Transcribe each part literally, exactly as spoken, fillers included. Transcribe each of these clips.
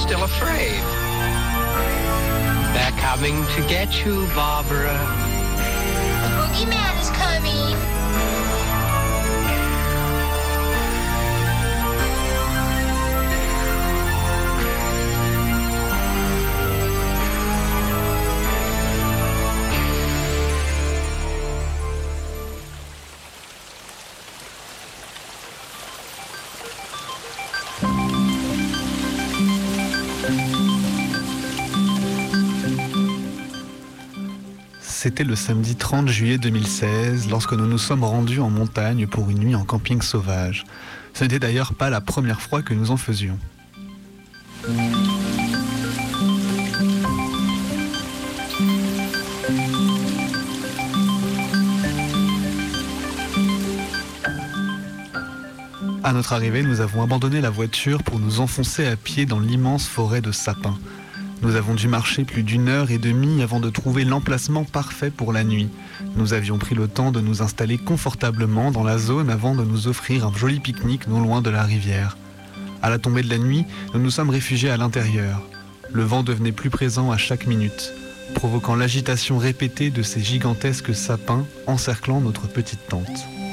still afraid. They're coming to get you, Barbara. The boogeyman is coming. C'était le samedi trente juillet deux mille seize, lorsque nous nous sommes rendus en montagne pour une nuit en camping sauvage. Ce n'était d'ailleurs pas la première fois que nous en faisions. À notre arrivée, nous avons abandonné la voiture pour nous enfoncer à pied dans l'immense forêt de sapins. Nous avons dû marcher plus d'une heure et demie avant de trouver l'emplacement parfait pour la nuit. Nous avions pris le temps de nous installer confortablement dans la zone avant de nous offrir un joli pique-nique non loin de la rivière. À la tombée de la nuit, nous nous sommes réfugiés à l'intérieur. Le vent devenait plus présent à chaque minute, provoquant l'agitation répétée de ces gigantesques sapins encerclant notre petite tente.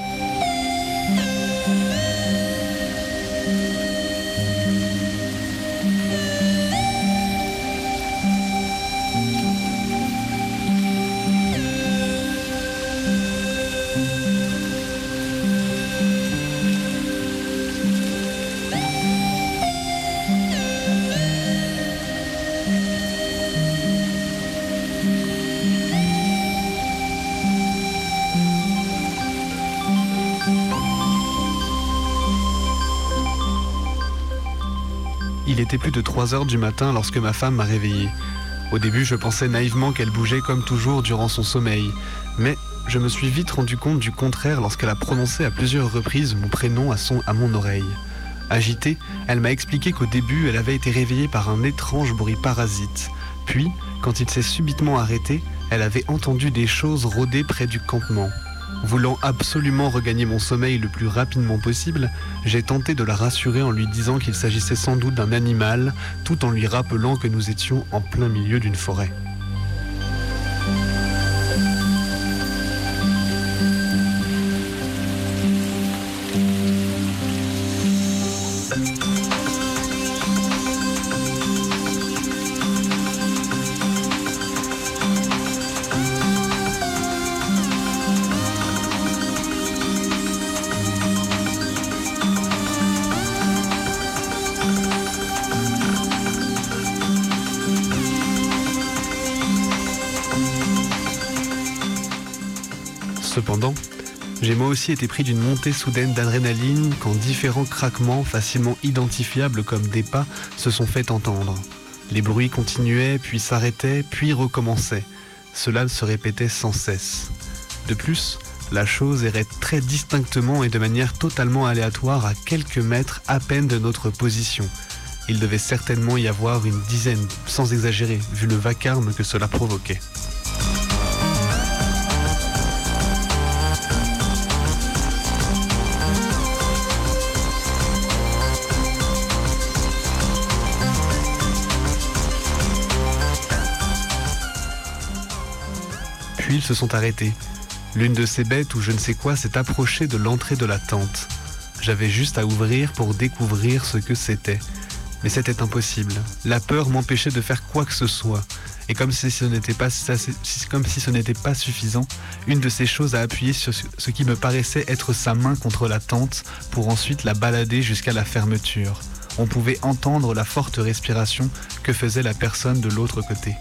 Il était plus de trois heures du matin lorsque ma femme m'a réveillé. Au début, je pensais naïvement qu'elle bougeait comme toujours durant son sommeil. Mais je me suis vite rendu compte du contraire lorsqu'elle a prononcé à plusieurs reprises mon prénom à, son, à mon oreille. Agitée, elle m'a expliqué qu'au début, elle avait été réveillée par un étrange bruit parasite. Puis, quand il s'est subitement arrêté, elle avait entendu des choses rôder près du campement. Voulant absolument regagner mon sommeil le plus rapidement possible, j'ai tenté de la rassurer en lui disant qu'il s'agissait sans doute d'un animal, tout en lui rappelant que nous étions en plein milieu d'une forêt. Cependant, j'ai moi aussi été pris d'une montée soudaine d'adrénaline quand différents craquements facilement identifiables comme des pas se sont fait entendre. Les bruits continuaient, puis s'arrêtaient, puis recommençaient. Cela se répétait sans cesse. De plus, la chose errait très distinctement et de manière totalement aléatoire à quelques mètres à peine de notre position. Il devait certainement y avoir une dizaine, sans exagérer, vu le vacarme que cela provoquait. Puis ils se sont arrêtés. L'une de ces bêtes ou je ne sais quoi s'est approchée de l'entrée de la tente. J'avais juste à ouvrir pour découvrir ce que c'était. Mais c'était impossible. La peur m'empêchait de faire quoi que ce soit. Et comme si ce n'était pas, comme si ce n'était pas suffisant, une de ces choses a appuyé sur ce qui me paraissait être sa main contre la tente pour ensuite la balader jusqu'à la fermeture. On pouvait entendre la forte respiration que faisait la personne de l'autre côté.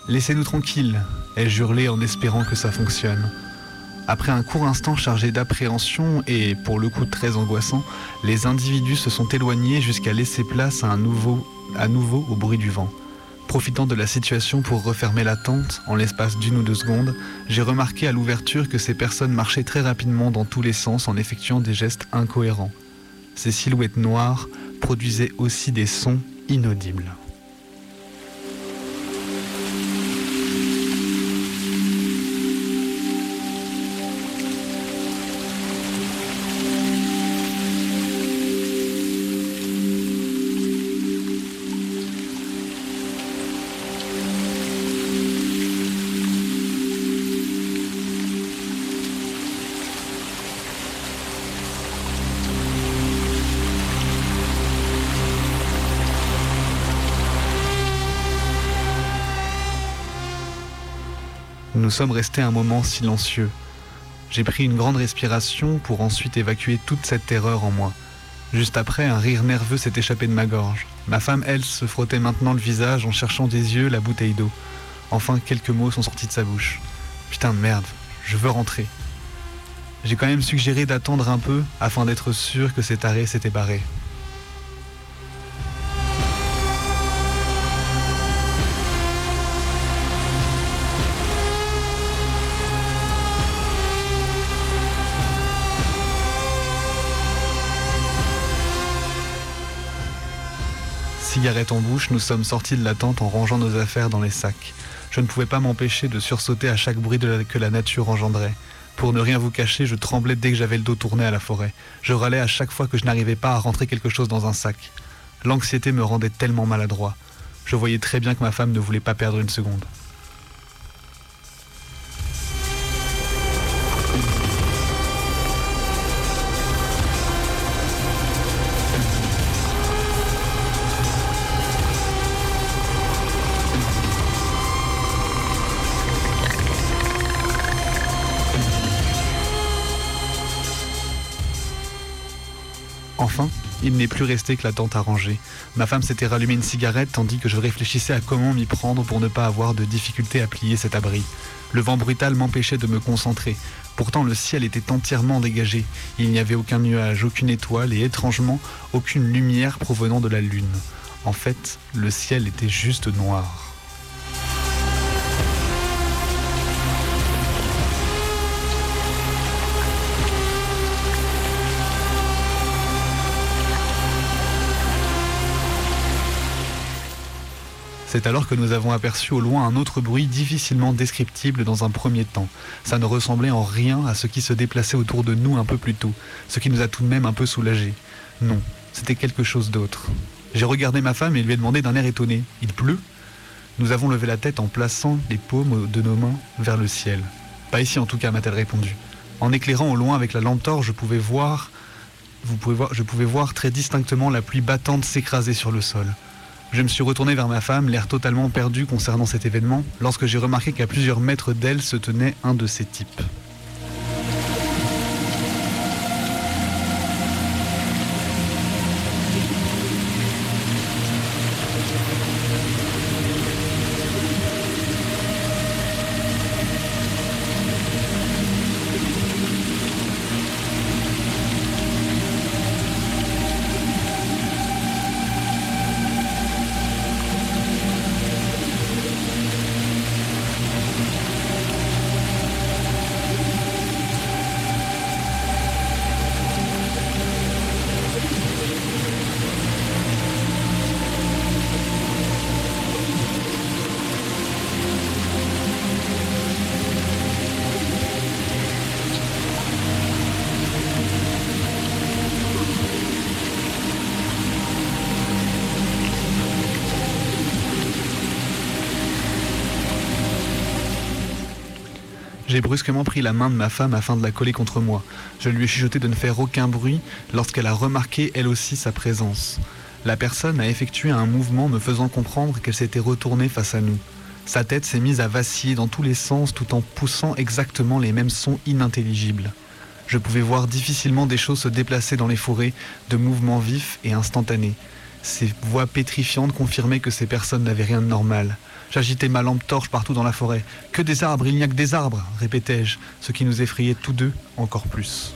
Laissez-nous tranquilles, ai-je hurlé en espérant que ça fonctionne. Après un court instant chargé d'appréhension et, pour le coup très angoissant, les individus se sont éloignés jusqu'à laisser place à, un nouveau, à nouveau au bruit du vent. Profitant de la situation pour refermer la tente, en l'espace d'une ou deux secondes, j'ai remarqué à l'ouverture que ces personnes marchaient très rapidement dans tous les sens en effectuant des gestes incohérents. Ces silhouettes noires produisaient aussi des sons inaudibles. Nous sommes restés un moment silencieux. J'ai pris une grande respiration pour ensuite évacuer toute cette terreur en moi. Juste après, un rire nerveux s'est échappé de ma gorge. Ma femme, elle, se frottait maintenant le visage en cherchant des yeux la bouteille d'eau. Enfin, quelques mots sont sortis de sa bouche. Putain de merde, je veux rentrer. J'ai quand même suggéré d'attendre un peu afin d'être sûr que cet arrêt s'était barré. Cigarette en bouche, nous sommes sortis de la tente en rangeant nos affaires dans les sacs. Je ne pouvais pas m'empêcher de sursauter à chaque bruit de la, que la nature engendrait. Pour ne rien vous cacher, je tremblais dès que j'avais le dos tourné à la forêt. Je râlais à chaque fois que je n'arrivais pas à rentrer quelque chose dans un sac. L'anxiété me rendait tellement maladroit. Je voyais très bien que ma femme ne voulait pas perdre une seconde. Enfin, il n'est plus resté que la tente à ranger. Ma femme s'était rallumée une cigarette tandis que je réfléchissais à comment m'y prendre pour ne pas avoir de difficulté à plier cet abri. Le vent brutal m'empêchait de me concentrer. Pourtant, le ciel était entièrement dégagé. Il n'y avait aucun nuage, aucune étoile et étrangement, aucune lumière provenant de la lune. En fait, le ciel était juste noir. C'est alors que nous avons aperçu au loin un autre bruit difficilement descriptible dans un premier temps. Ça ne ressemblait en rien à ce qui se déplaçait autour de nous un peu plus tôt, ce qui nous a tout de même un peu soulagés. Non, c'était quelque chose d'autre. J'ai regardé ma femme et lui ai demandé d'un air étonné « Il pleut ?» Nous avons levé la tête en plaçant les paumes de nos mains vers le ciel. « Pas ici en tout cas », m'a-t-elle répondu. En éclairant au loin avec la lampe torche, je pouvais voir, vous pouvez voir, je pouvais voir très distinctement la pluie battante s'écraser sur le sol. Je me suis retourné vers ma femme, l'air totalement perdu concernant cet événement, lorsque j'ai remarqué qu'à plusieurs mètres d'elle se tenait un de ces types. J'ai brusquement pris la main de ma femme afin de la coller contre moi. Je lui ai chuchoté de ne faire aucun bruit lorsqu'elle a remarqué elle aussi sa présence. La personne a effectué un mouvement me faisant comprendre qu'elle s'était retournée face à nous. Sa tête s'est mise à vaciller dans tous les sens tout en poussant exactement les mêmes sons inintelligibles. Je pouvais voir difficilement des choses se déplacer dans les forêts, de mouvements vifs et instantanés. Ces voix pétrifiantes confirmaient que ces personnes n'avaient rien de normal. J'agitais ma lampe torche partout dans la forêt. « Que des arbres, il n'y a que des arbres !» répétais-je, ce qui nous effrayait tous deux encore plus.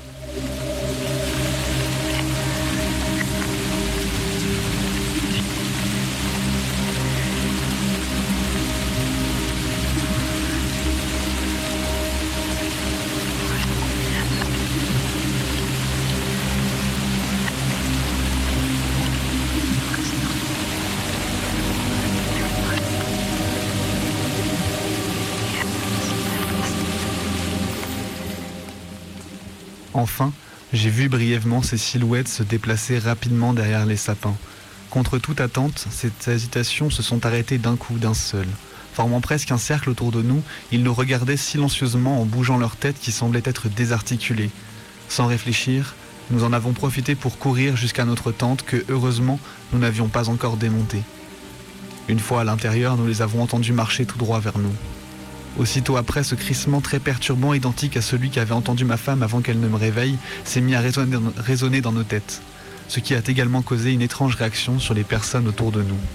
Enfin, j'ai vu brièvement ces silhouettes se déplacer rapidement derrière les sapins. Contre toute attente, ces hésitations se sont arrêtées d'un coup, d'un seul. Formant presque un cercle autour de nous, ils nous regardaient silencieusement en bougeant leurs têtes qui semblaient être désarticulées. Sans réfléchir, nous en avons profité pour courir jusqu'à notre tente que, heureusement, nous n'avions pas encore démontée. Une fois à l'intérieur, nous les avons entendus marcher tout droit vers nous. Aussitôt après, ce crissement très perturbant, identique à celui qu'avait entendu ma femme avant qu'elle ne me réveille, s'est mis à résonner, résonner dans nos têtes, ce qui a également causé une étrange réaction sur les personnes autour de nous.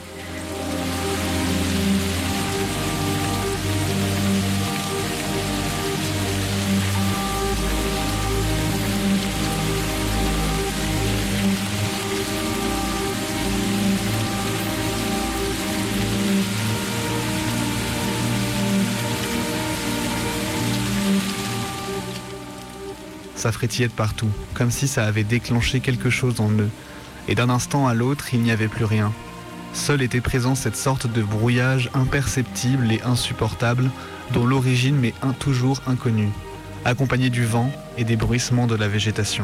Ça frétillait de partout, comme si ça avait déclenché quelque chose en eux. Et d'un instant à l'autre, il n'y avait plus rien. Seul était présent cette sorte de brouillage imperceptible et insupportable, dont l'origine m'est un, toujours inconnue, accompagné du vent et des bruissements de la végétation.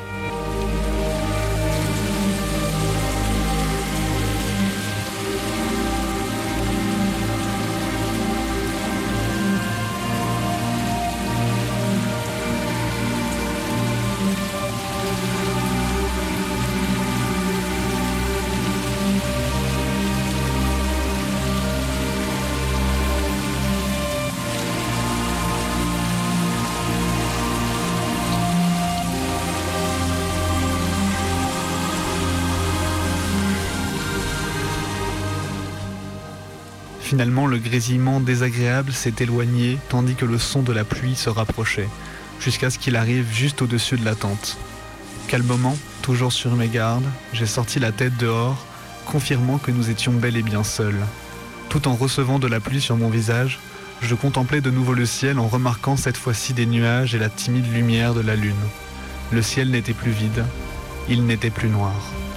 Finalement, le grésillement désagréable s'est éloigné tandis que le son de la pluie se rapprochait, jusqu'à ce qu'il arrive juste au-dessus de la tente. Calmement, toujours sur mes gardes, j'ai sorti la tête dehors, confirmant que nous étions bel et bien seuls. Tout en recevant de la pluie sur mon visage, je contemplais de nouveau le ciel en remarquant cette fois-ci des nuages et la timide lumière de la lune. Le ciel n'était plus vide, il n'était plus noir.